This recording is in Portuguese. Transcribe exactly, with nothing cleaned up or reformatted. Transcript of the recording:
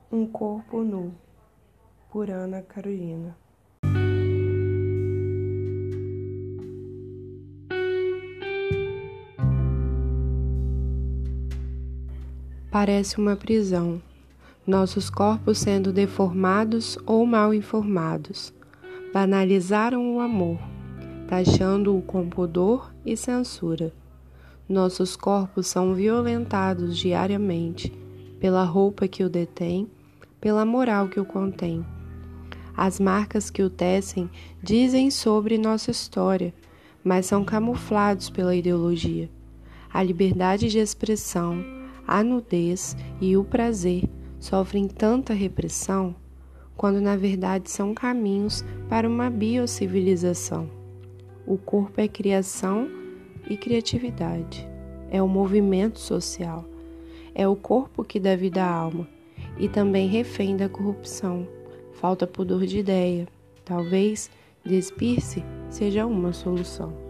Um corpo nu, por Ana Carolina. Parece uma prisão, nossos corpos sendo deformados ou mal informados. Banalizaram o amor, taxando-o com pudor e censura. Nossos corpos são violentados diariamente pela roupa que o detém, pela moral que o contém. As marcas que o tecem dizem sobre nossa história, mas são camuflados pela ideologia. A liberdade de expressão, a nudez e o prazer sofrem tanta repressão, quando na verdade são caminhos para uma biocivilização. O corpo é criação e criatividade, é o movimento social, é o corpo que dá vida à alma e também refém da corrupção. Falta pudor de ideia, talvez despir-se seja uma solução.